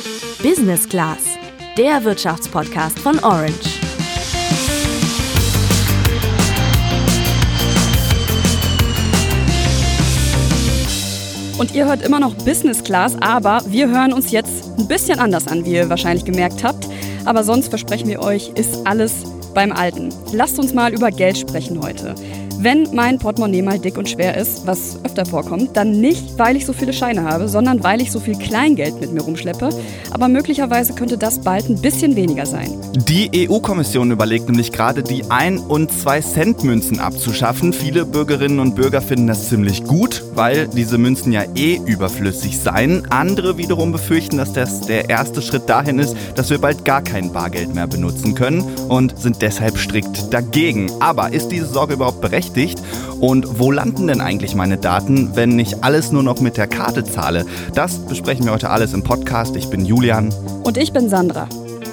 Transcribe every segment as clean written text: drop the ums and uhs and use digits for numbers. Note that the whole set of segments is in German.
Business Class, der Wirtschaftspodcast von Orange. Und ihr hört immer noch Business Class, aber wir hören uns jetzt ein bisschen anders an, wie ihr wahrscheinlich gemerkt habt. Aber sonst versprechen wir euch, ist alles beim Alten. Lasst uns mal über Geld sprechen heute. Wenn mein Portemonnaie mal dick und schwer ist, was öfter vorkommt, dann nicht, weil ich so viele Scheine habe, sondern weil ich so viel Kleingeld mit mir rumschleppe. Aber möglicherweise könnte das bald ein bisschen weniger sein. Die EU-Kommission überlegt nämlich gerade, die 1- und 2-Cent-Münzen abzuschaffen. Viele Bürgerinnen und Bürger finden das ziemlich gut, weil diese Münzen ja überflüssig seien. Andere wiederum befürchten, dass das der erste Schritt dahin ist, dass wir bald gar kein Bargeld mehr benutzen können und sind deshalb strikt dagegen. Aber ist diese Sorge überhaupt berechtigt? Und wo landen denn eigentlich meine Daten, wenn ich alles nur noch mit der Karte zahle? Das besprechen wir heute alles im Podcast. Ich bin Julian. Und ich bin Sandra.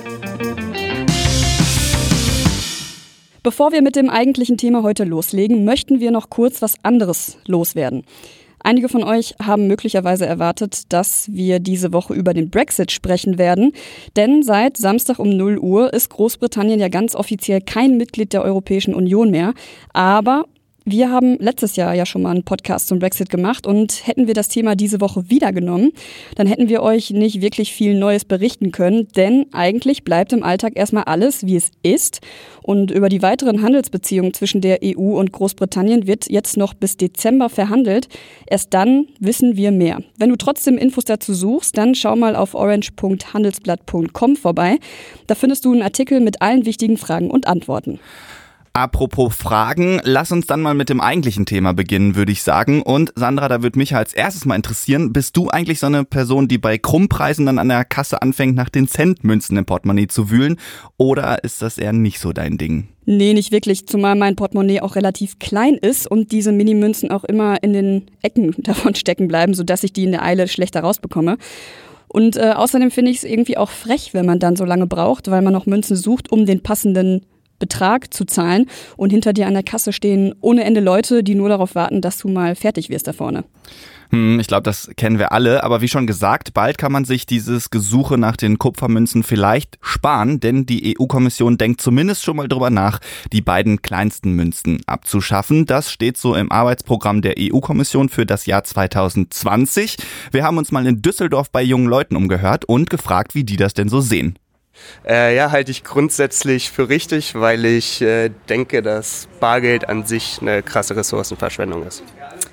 Bevor wir mit dem eigentlichen Thema heute loslegen, möchten wir noch kurz was anderes loswerden. Einige von euch haben möglicherweise erwartet, dass wir diese Woche über den Brexit sprechen werden. Denn seit Samstag um 0 Uhr ist Großbritannien ja ganz offiziell kein Mitglied der Europäischen Union mehr. Aber wir haben letztes Jahr ja schon mal einen Podcast zum Brexit gemacht und hätten wir das Thema diese Woche wieder genommen, dann hätten wir euch nicht wirklich viel Neues berichten können, denn eigentlich bleibt im Alltag erstmal alles, wie es ist. Und über die weiteren Handelsbeziehungen zwischen der EU und Großbritannien wird jetzt noch bis Dezember verhandelt. Erst dann wissen wir mehr. Wenn du trotzdem Infos dazu suchst, dann schau mal auf orange.handelsblatt.com vorbei. Da findest du einen Artikel mit allen wichtigen Fragen und Antworten. Apropos Fragen, lass uns dann mal mit dem eigentlichen Thema beginnen, würde ich sagen. Und Sandra, da würde mich als erstes mal interessieren, bist du eigentlich so eine Person, die bei Krummpreisen dann an der Kasse anfängt, nach den Centmünzen im Portemonnaie zu wühlen? Oder ist das eher nicht so dein Ding? Nee, nicht wirklich, zumal mein Portemonnaie auch relativ klein ist und diese Minimünzen auch immer in den Ecken davon stecken bleiben, sodass ich die in der Eile schlechter rausbekomme. Und außerdem finde ich es irgendwie auch frech, wenn man dann so lange braucht, weil man noch Münzen sucht, um den passenden Betrag zu zahlen und hinter dir an der Kasse stehen ohne Ende Leute, die nur darauf warten, dass du mal fertig wirst da vorne. Ich glaube, das kennen wir alle, aber wie schon gesagt, bald kann man sich dieses Gesuche nach den Kupfermünzen vielleicht sparen, denn die EU-Kommission denkt zumindest schon mal drüber nach, die beiden kleinsten Münzen abzuschaffen. Das steht so im Arbeitsprogramm der EU-Kommission für das Jahr 2020. Wir haben uns mal in Düsseldorf bei jungen Leuten umgehört und gefragt, wie die das denn so sehen. Halte ich grundsätzlich für richtig, weil ich denke, dass Bargeld an sich eine krasse Ressourcenverschwendung ist.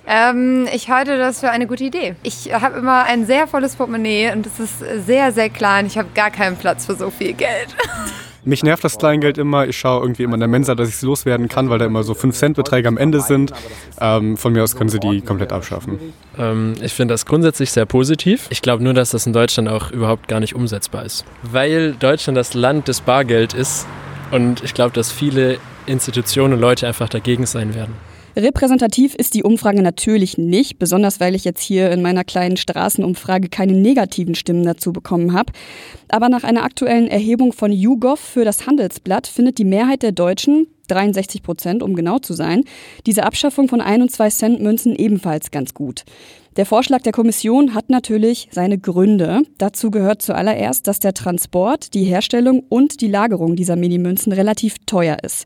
Ich halte das für eine gute Idee. Ich habe immer ein sehr volles Portemonnaie und es ist sehr, sehr klein. Ich habe gar keinen Platz für so viel Geld. Mich nervt das Kleingeld immer. Ich schaue irgendwie immer in der Mensa, dass ich es loswerden kann, weil da immer so 5-Cent-Beträge am Ende sind. Von mir aus können sie die komplett abschaffen. Ich finde das grundsätzlich sehr positiv. Ich glaube nur, dass das in Deutschland auch überhaupt gar nicht umsetzbar ist. Weil Deutschland das Land des Bargeld ist und ich glaube, dass viele Institutionen und Leute einfach dagegen sein werden. Repräsentativ ist die Umfrage natürlich nicht, besonders weil ich jetzt hier in meiner kleinen Straßenumfrage keine negativen Stimmen dazu bekommen habe. Aber nach einer aktuellen Erhebung von YouGov für das Handelsblatt findet die Mehrheit der Deutschen, 63%, um genau zu sein, diese Abschaffung von 1- und 2-Cent-Münzen ebenfalls ganz gut. Der Vorschlag der Kommission hat natürlich seine Gründe. Dazu gehört zuallererst, dass der Transport, die Herstellung und die Lagerung dieser Minimünzen relativ teuer ist.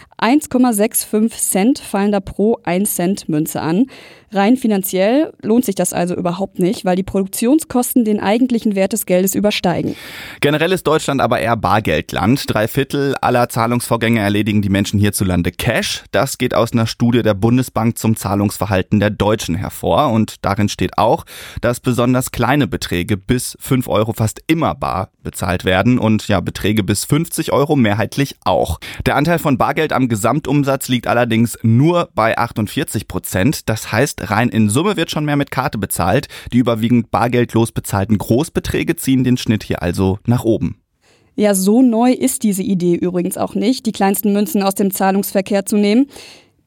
1,65 Cent fallen da pro 1 Cent Münze an. Rein finanziell lohnt sich das also überhaupt nicht, weil die Produktionskosten den eigentlichen Wert des Geldes übersteigen. Generell ist Deutschland aber eher Bargeldland. 3/4 aller Zahlungsvorgänge erledigen die Menschen hierzulande Cash. Das geht aus einer Studie der Bundesbank zum Zahlungsverhalten der Deutschen hervor. Und darin steht auch, dass besonders kleine Beträge bis 5 Euro fast immer bar bezahlt werden und Beträge bis 50 Euro mehrheitlich auch. Der Anteil von Bargeld am Gesamtumsatz liegt allerdings nur bei 48%. Das heißt, rein in Summe wird schon mehr mit Karte bezahlt. Die überwiegend bargeldlos bezahlten Großbeträge ziehen den Schnitt hier also nach oben. Ja, so neu ist diese Idee übrigens auch nicht, die kleinsten Münzen aus dem Zahlungsverkehr zu nehmen.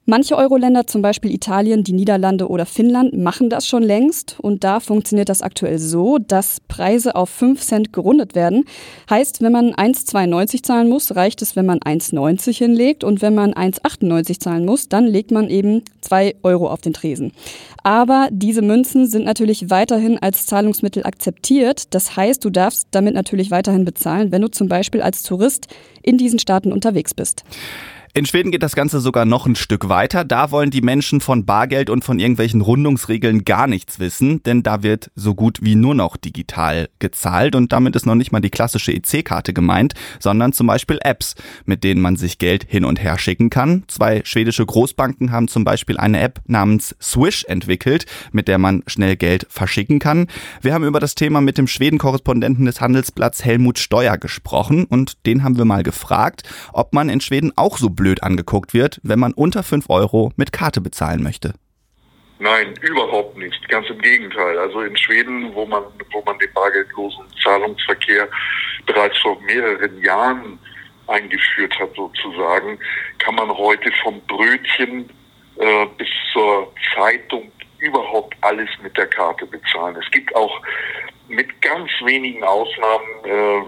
Manche Euro-Länder, zum Beispiel Italien, die Niederlande oder Finnland, machen das schon längst. Und da funktioniert das aktuell so, dass Preise auf 5 Cent gerundet werden. Heißt, wenn man 1,92 zahlen muss, reicht es, wenn man 1,90 hinlegt. Und wenn man 1,98 zahlen muss, dann legt man eben 2 Euro auf den Tresen. Aber diese Münzen sind natürlich weiterhin als Zahlungsmittel akzeptiert. Das heißt, du darfst damit natürlich weiterhin bezahlen, wenn du zum Beispiel als Tourist in diesen Staaten unterwegs bist. In Schweden geht das Ganze sogar noch ein Stück weiter. Da wollen die Menschen von Bargeld und von irgendwelchen Rundungsregeln gar nichts wissen, denn da wird so gut wie nur noch digital gezahlt und damit ist noch nicht mal die klassische EC-Karte gemeint, sondern zum Beispiel Apps, mit denen man sich Geld hin und her schicken kann. 2 schwedische Großbanken haben zum Beispiel eine App namens Swish entwickelt, mit der man schnell Geld verschicken kann. Wir haben über das Thema mit dem Schweden-Korrespondenten des Handelsblatts Helmut Steuer gesprochen und den haben wir mal gefragt, ob man in Schweden auch so blöd angeguckt wird, wenn man unter 5 Euro mit Karte bezahlen möchte. Nein, überhaupt nicht. Ganz im Gegenteil. Also in Schweden, wo man den bargeldlosen Zahlungsverkehr bereits vor mehreren Jahren eingeführt hat sozusagen, kann man heute vom Brötchen bis zur Zeitung überhaupt alles mit der Karte bezahlen. Es gibt auch mit ganz wenigen Ausnahmen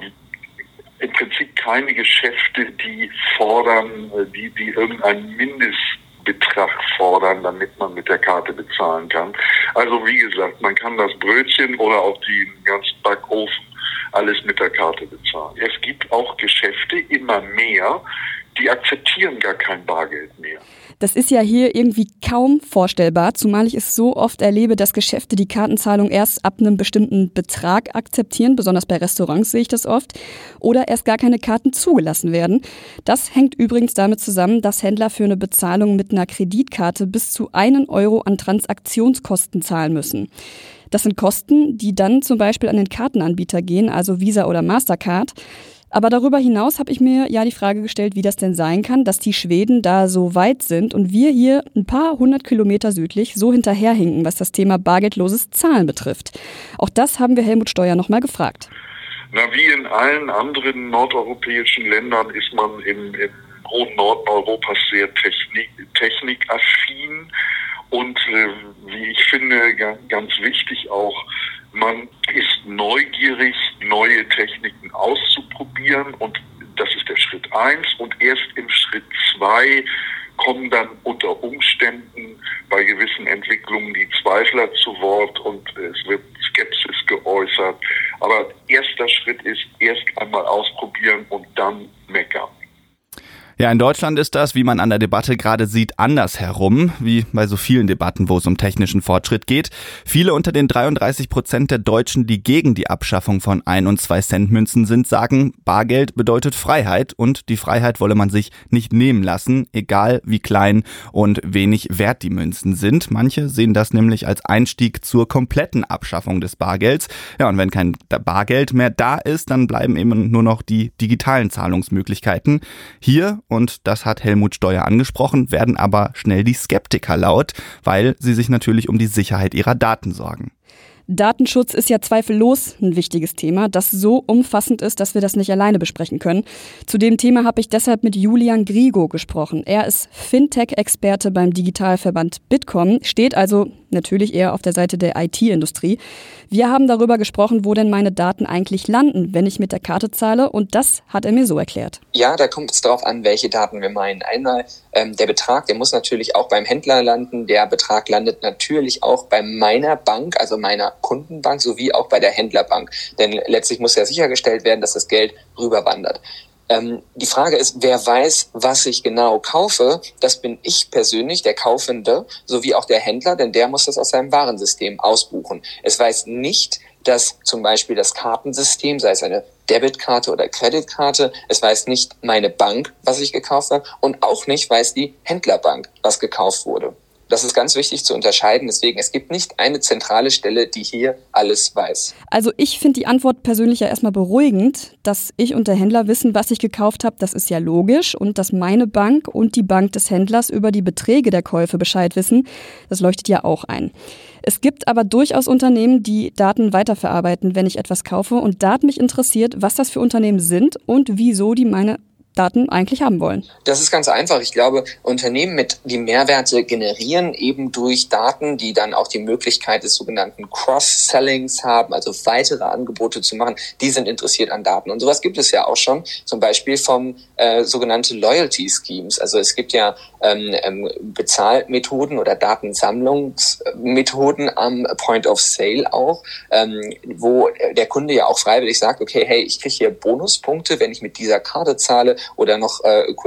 im Prinzip keine Geschäfte, die fordern, die irgendeinen Mindestbetrag fordern, damit man mit der Karte bezahlen kann. Also wie gesagt, man kann das Brötchen oder auch den ganzen Backofen alles mit der Karte bezahlen. Es gibt auch Geschäfte, immer mehr, die akzeptieren gar kein Bargeld mehr. Das ist ja hier irgendwie kaum vorstellbar, zumal ich es so oft erlebe, dass Geschäfte die Kartenzahlung erst ab einem bestimmten Betrag akzeptieren, besonders bei Restaurants sehe ich das oft, oder erst gar keine Karten zugelassen werden. Das hängt übrigens damit zusammen, dass Händler für eine Bezahlung mit einer Kreditkarte bis zu 1 Euro an Transaktionskosten zahlen müssen. Das sind Kosten, die dann zum Beispiel an den Kartenanbieter gehen, also Visa oder Mastercard. Aber darüber hinaus habe ich mir ja die Frage gestellt, wie das denn sein kann, dass die Schweden da so weit sind und wir hier ein paar 100 Kilometer südlich so hinterherhinken, was das Thema bargeldloses Zahlen betrifft. Auch das haben wir Helmut Steuer nochmal gefragt. Na, wie in allen anderen nordeuropäischen Ländern ist man im hohen Norden Europas sehr technikaffin und wie ich finde, ganz wichtig auch, man ist neugierig, neue Techniken auszuprobieren und das ist der Schritt 1 und erst im Schritt 2 kommen dann unter Umständen bei gewissen Entwicklungen die Zweifler zu Wort und es wird Skepsis geäußert. Aber erster Schritt ist erst einmal ausprobieren und dann meckern. Ja, in Deutschland ist das, wie man an der Debatte gerade sieht, andersherum, wie bei so vielen Debatten, wo es um technischen Fortschritt geht. Viele unter den 33% der Deutschen, die gegen die Abschaffung von 1- und 2-Cent-Münzen sind, sagen, Bargeld bedeutet Freiheit und die Freiheit wolle man sich nicht nehmen lassen, egal wie klein und wenig wert die Münzen sind. Manche sehen das nämlich als Einstieg zur kompletten Abschaffung des Bargelds. Ja, und wenn kein Bargeld mehr da ist, dann bleiben eben nur noch die digitalen Zahlungsmöglichkeiten. Hier, und das hat Helmut Steuer angesprochen, werden aber schnell die Skeptiker laut, weil sie sich natürlich um die Sicherheit ihrer Daten sorgen. Datenschutz ist ja zweifellos ein wichtiges Thema, das so umfassend ist, dass wir das nicht alleine besprechen können. Zu dem Thema habe ich deshalb mit Julian Grigo gesprochen. Er ist Fintech-Experte beim Digitalverband Bitkom, steht also natürlich eher auf der Seite der IT-Industrie. Wir haben darüber gesprochen, wo denn meine Daten eigentlich landen, wenn ich mit der Karte zahle, und das hat er mir so erklärt. Ja, da kommt es darauf an, welche Daten wir meinen. Einmal der Betrag, der muss natürlich auch beim Händler landen. Der Betrag landet natürlich auch bei meiner Bank, also meiner Kundenbank, sowie auch bei der Händlerbank. Denn letztlich muss ja sichergestellt werden, dass das Geld rüberwandert. Die Frage ist, wer weiß, was ich genau kaufe? Das bin ich persönlich, der Kaufende, sowie auch der Händler, denn der muss das aus seinem Warensystem ausbuchen. Es weiß nicht, dass zum Beispiel das Kartensystem, sei es eine Debitkarte oder Kreditkarte, es weiß nicht meine Bank, was ich gekauft habe, und auch nicht weiß die Händlerbank, was gekauft wurde. Das ist ganz wichtig zu unterscheiden. Deswegen, es gibt nicht eine zentrale Stelle, die hier alles weiß. Also ich finde die Antwort persönlich ja erstmal beruhigend, dass ich und der Händler wissen, was ich gekauft habe. Das ist ja logisch. Und dass meine Bank und die Bank des Händlers über die Beträge der Käufe Bescheid wissen, das leuchtet ja auch ein. Es gibt aber durchaus Unternehmen, die Daten weiterverarbeiten, wenn ich etwas kaufe. Und da hat mich interessiert, was das für Unternehmen sind und wieso die meine Daten eigentlich haben wollen? Das ist ganz einfach. Ich glaube, Unternehmen, die Mehrwerte generieren, eben durch Daten, die dann auch die Möglichkeit des sogenannten Cross-Sellings haben, also weitere Angebote zu machen, die sind interessiert an Daten. Und sowas gibt es ja auch schon, zum Beispiel vom sogenannte Loyalty Schemes. Also es gibt ja Bezahlmethoden oder Datensammlungsmethoden am Point of Sale auch, wo der Kunde ja auch freiwillig sagt, okay, hey, ich kriege hier Bonuspunkte, wenn ich mit dieser Karte zahle oder noch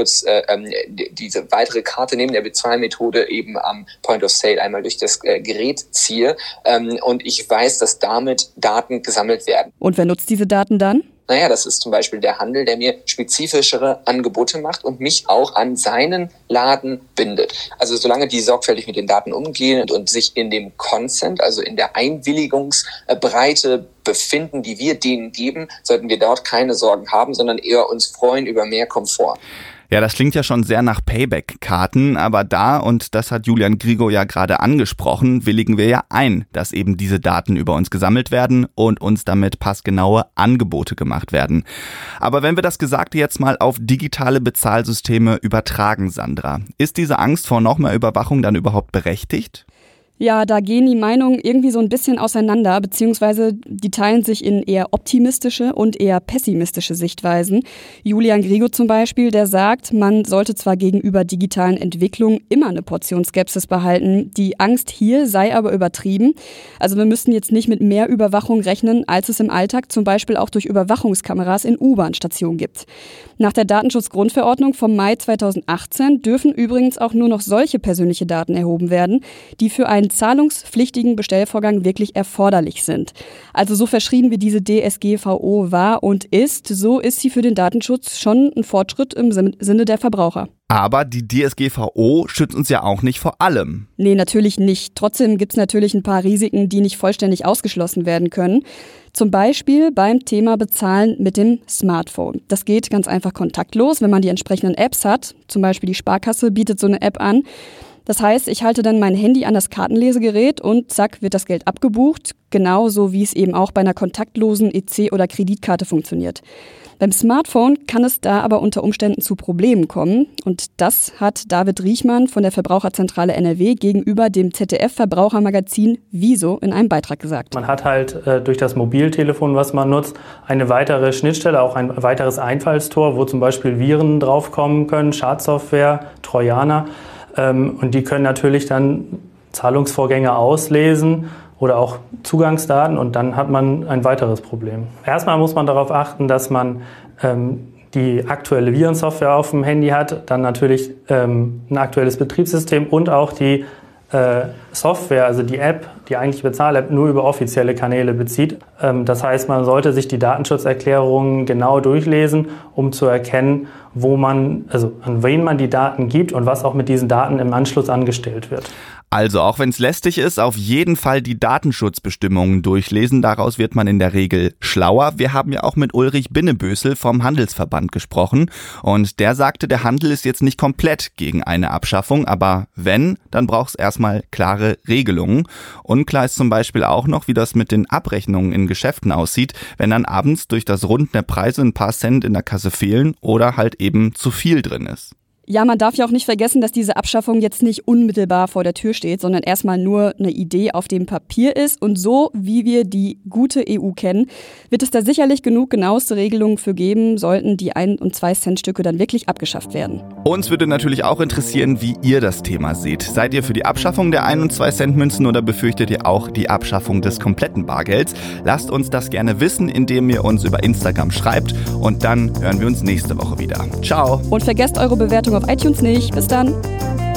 diese weitere Karte neben der Bezahlmethode eben am Point of Sale einmal durch das Gerät ziehe und ich weiß, dass damit Daten gesammelt werden. Und wer nutzt diese Daten dann? Naja, das ist zum Beispiel der Handel, der mir spezifischere Angebote macht und mich auch an seinen Laden bindet. Also solange die sorgfältig mit den Daten umgehen und sich in dem Consent, also in der Einwilligungsbreite befinden, die wir denen geben, sollten wir dort keine Sorgen haben, sondern eher uns freuen über mehr Komfort. Ja, das klingt ja schon sehr nach Payback-Karten, aber und das hat Julian Grigo ja gerade angesprochen, willigen wir ja ein, dass eben diese Daten über uns gesammelt werden und uns damit passgenaue Angebote gemacht werden. Aber wenn wir das Gesagte jetzt mal auf digitale Bezahlsysteme übertragen, Sandra, ist diese Angst vor noch mehr Überwachung dann überhaupt berechtigt? Ja, da gehen die Meinungen irgendwie so ein bisschen auseinander, beziehungsweise die teilen sich in eher optimistische und eher pessimistische Sichtweisen. Julian Grigo zum Beispiel, der sagt, man sollte zwar gegenüber digitalen Entwicklungen immer eine Portion Skepsis behalten, die Angst hier sei aber übertrieben. Also wir müssten jetzt nicht mit mehr Überwachung rechnen, als es im Alltag zum Beispiel auch durch Überwachungskameras in U-Bahn-Stationen gibt. Nach der Datenschutzgrundverordnung vom Mai 2018 dürfen übrigens auch nur noch solche persönliche Daten erhoben werden, die für einen zahlungspflichtigen Bestellvorgang wirklich erforderlich sind. Also so verschrieben wie diese DSGVO war und ist, so ist sie für den Datenschutz schon ein Fortschritt im Sinne der Verbraucher. Aber die DSGVO schützt uns ja auch nicht vor allem. Nee, natürlich nicht. Trotzdem gibt es natürlich ein paar Risiken, die nicht vollständig ausgeschlossen werden können. Zum Beispiel beim Thema Bezahlen mit dem Smartphone. Das geht ganz einfach kontaktlos, wenn man die entsprechenden Apps hat. Zum Beispiel die Sparkasse bietet so eine App an. Das heißt, ich halte dann mein Handy an das Kartenlesegerät und zack, wird das Geld abgebucht. Genauso wie es eben auch bei einer kontaktlosen EC- oder Kreditkarte funktioniert. Beim Smartphone kann es da aber unter Umständen zu Problemen kommen. Und das hat David Riechmann von der Verbraucherzentrale NRW gegenüber dem ZDF-Verbrauchermagazin Wieso in einem Beitrag gesagt. Man hat halt durch das Mobiltelefon, was man nutzt, eine weitere Schnittstelle, auch ein weiteres Einfallstor, wo zum Beispiel Viren draufkommen können, Schadsoftware, Trojaner. Und die können natürlich dann Zahlungsvorgänge auslesen oder auch Zugangsdaten und dann hat man ein weiteres Problem. Erstmal muss man darauf achten, dass man die aktuelle Virensoftware auf dem Handy hat, dann natürlich ein aktuelles Betriebssystem und auch die Software, also die App, die eigentliche Bezahl-App, nur über offizielle Kanäle bezieht. Das heißt, man sollte sich die Datenschutzerklärungen genau durchlesen, um zu erkennen, an wen man die Daten gibt und was auch mit diesen Daten im Anschluss angestellt wird. Also auch wenn es lästig ist, auf jeden Fall die Datenschutzbestimmungen durchlesen. Daraus wird man in der Regel schlauer. Wir haben ja auch mit Ulrich Binnebösel vom Handelsverband gesprochen. Und der sagte, der Handel ist jetzt nicht komplett gegen eine Abschaffung. Aber wenn, dann braucht es erstmal klare Regelungen. Unklar ist zum Beispiel auch noch, wie das mit den Abrechnungen in Geschäften aussieht, wenn dann abends durch das Runden der Preise ein paar Cent in der Kasse fehlen oder halt eben zu viel drin ist. Ja, man darf ja auch nicht vergessen, dass diese Abschaffung jetzt nicht unmittelbar vor der Tür steht, sondern erstmal nur eine Idee auf dem Papier ist. Und so, wie wir die gute EU kennen, wird es da sicherlich genug genaueste Regelungen für geben, sollten die 1- und 2-Cent-Stücke dann wirklich abgeschafft werden. Uns würde natürlich auch interessieren, wie ihr das Thema seht. Seid ihr für die Abschaffung der 1- und 2-Cent-Münzen oder befürchtet ihr auch die Abschaffung des kompletten Bargelds? Lasst uns das gerne wissen, indem ihr uns über Instagram schreibt. Und dann hören wir uns nächste Woche wieder. Ciao! Und vergesst eure Bewertung auf iTunes nicht. Bis dann!